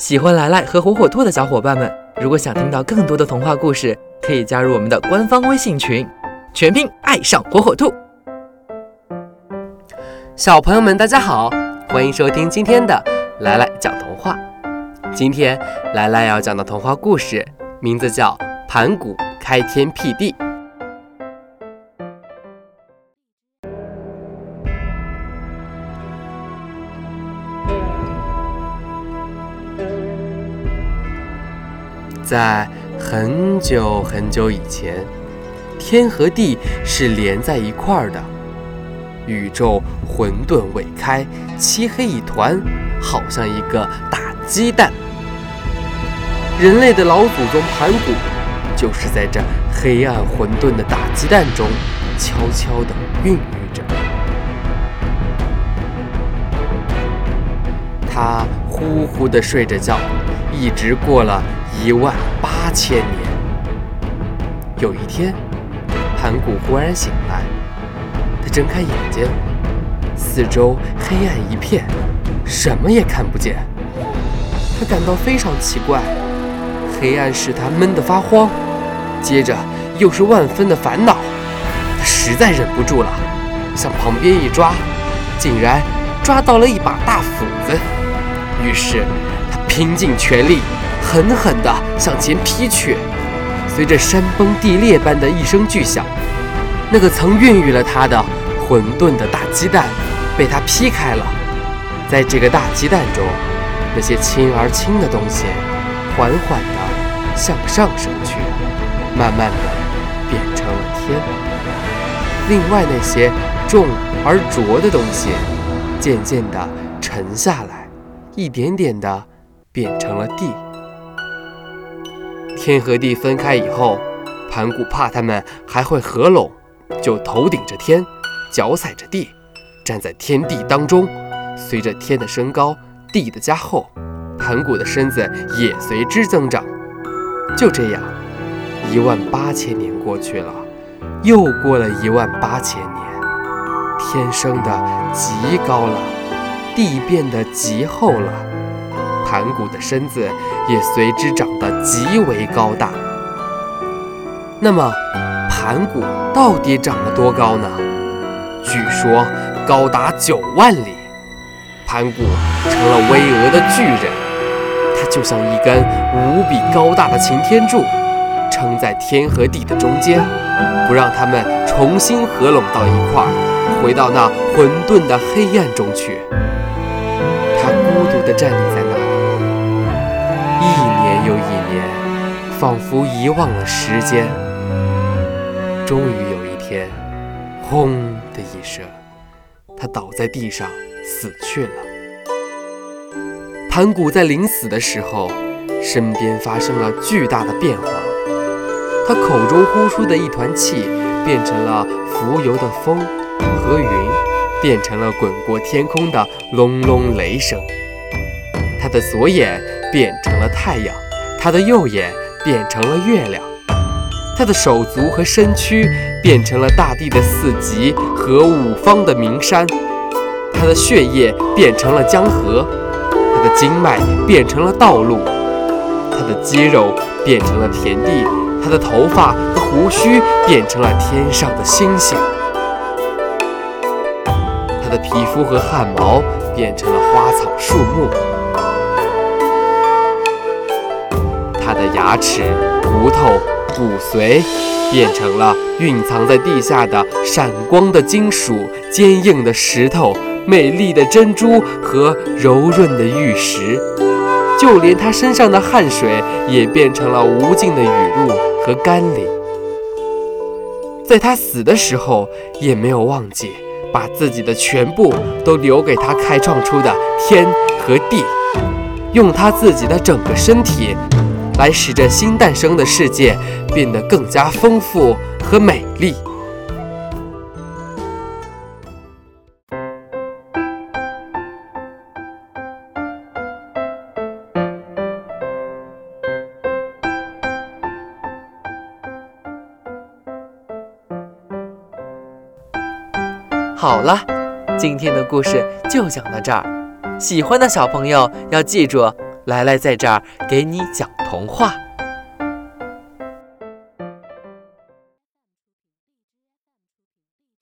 喜欢来来和火火兔的小伙伴们，如果想听到更多的童话故事，可以加入我们的官方微信群，全拼爱上火火兔。 小朋友们大家好，欢迎收听今天的来来讲童话。今天来来要讲的童话故事名字叫盘古开天辟地。在很久很久以前，天和地是连在一块儿的，宇宙混沌未开，漆黑一团，好像一个大鸡蛋。人类的老祖宗盘古就是在这黑暗混沌的大鸡蛋中悄悄地孕育着。他呼呼地睡着觉，一直过了18000年。有一天，盘古忽然醒来，他睁开眼睛，四周黑暗一片，什么也看不见。他感到非常奇怪，黑暗使他闷得发慌，接着又是万分的烦恼。他实在忍不住了，向旁边一抓，竟然抓到了一把大斧子。于是他拼尽全力，狠狠地向前劈去。随着山崩地裂般的一声巨响，那个曾孕育了他的混沌的大鸡蛋被他劈开了。在这个大鸡蛋中，那些轻而轻的东西缓缓地向上升去，慢慢地变成了天。另外那些重而浊的东西渐渐地沉下来，一点点地变成了地。天和地分开以后，盘古怕他们还会合拢，就头顶着天，脚踩着地，站在天地当中。随着天的升高，地的加厚，盘古的身子也随之增长。就这样，18000年过去了，又过了18000年，天升得极高了，地变得极厚了，盘古的身子也随之长得极为高大。那么盘古到底长了多高呢？据说高达9万里。盘古成了巍峨的巨人，他就像一根无比高大的擎天柱，撑在天和地的中间，不让他们重新合拢到一块儿，回到那混沌的黑暗中去。他孤独地站立在那里，一年又一年，仿佛遗忘了时间。终于有一天，轰的一声，他倒在地上死去了。盘古在临死的时候，身边发生了巨大的变化，他口中呼出的一团气变成了浮游的风和云，变成了滚过天空的隆隆雷声。他的左眼变成了太阳，他的右眼变成了月亮，他的手足和身躯变成了大地的4极和5方的名山，他的血液变成了江河，他的经脉变成了道路，他的肌肉变成了田地，他的头发和胡须变成了天上的星星，他的皮肤和汗毛变成了花草树木，他的牙齿、骨头、骨髓变成了蕴藏在地下的闪光的金属、坚硬的石头、美丽的珍珠和柔润的玉石，就连他身上的汗水也变成了无尽的雨露和甘霖。在他死的时候，也没有忘记把自己的全部都留给他开创出的天和地，用他自己的整个身体来使这新诞生的世界变得更加丰富和美丽。 好了，今天的故事就讲到这儿。喜欢的小朋友要记住， 来来在这儿给你讲童话。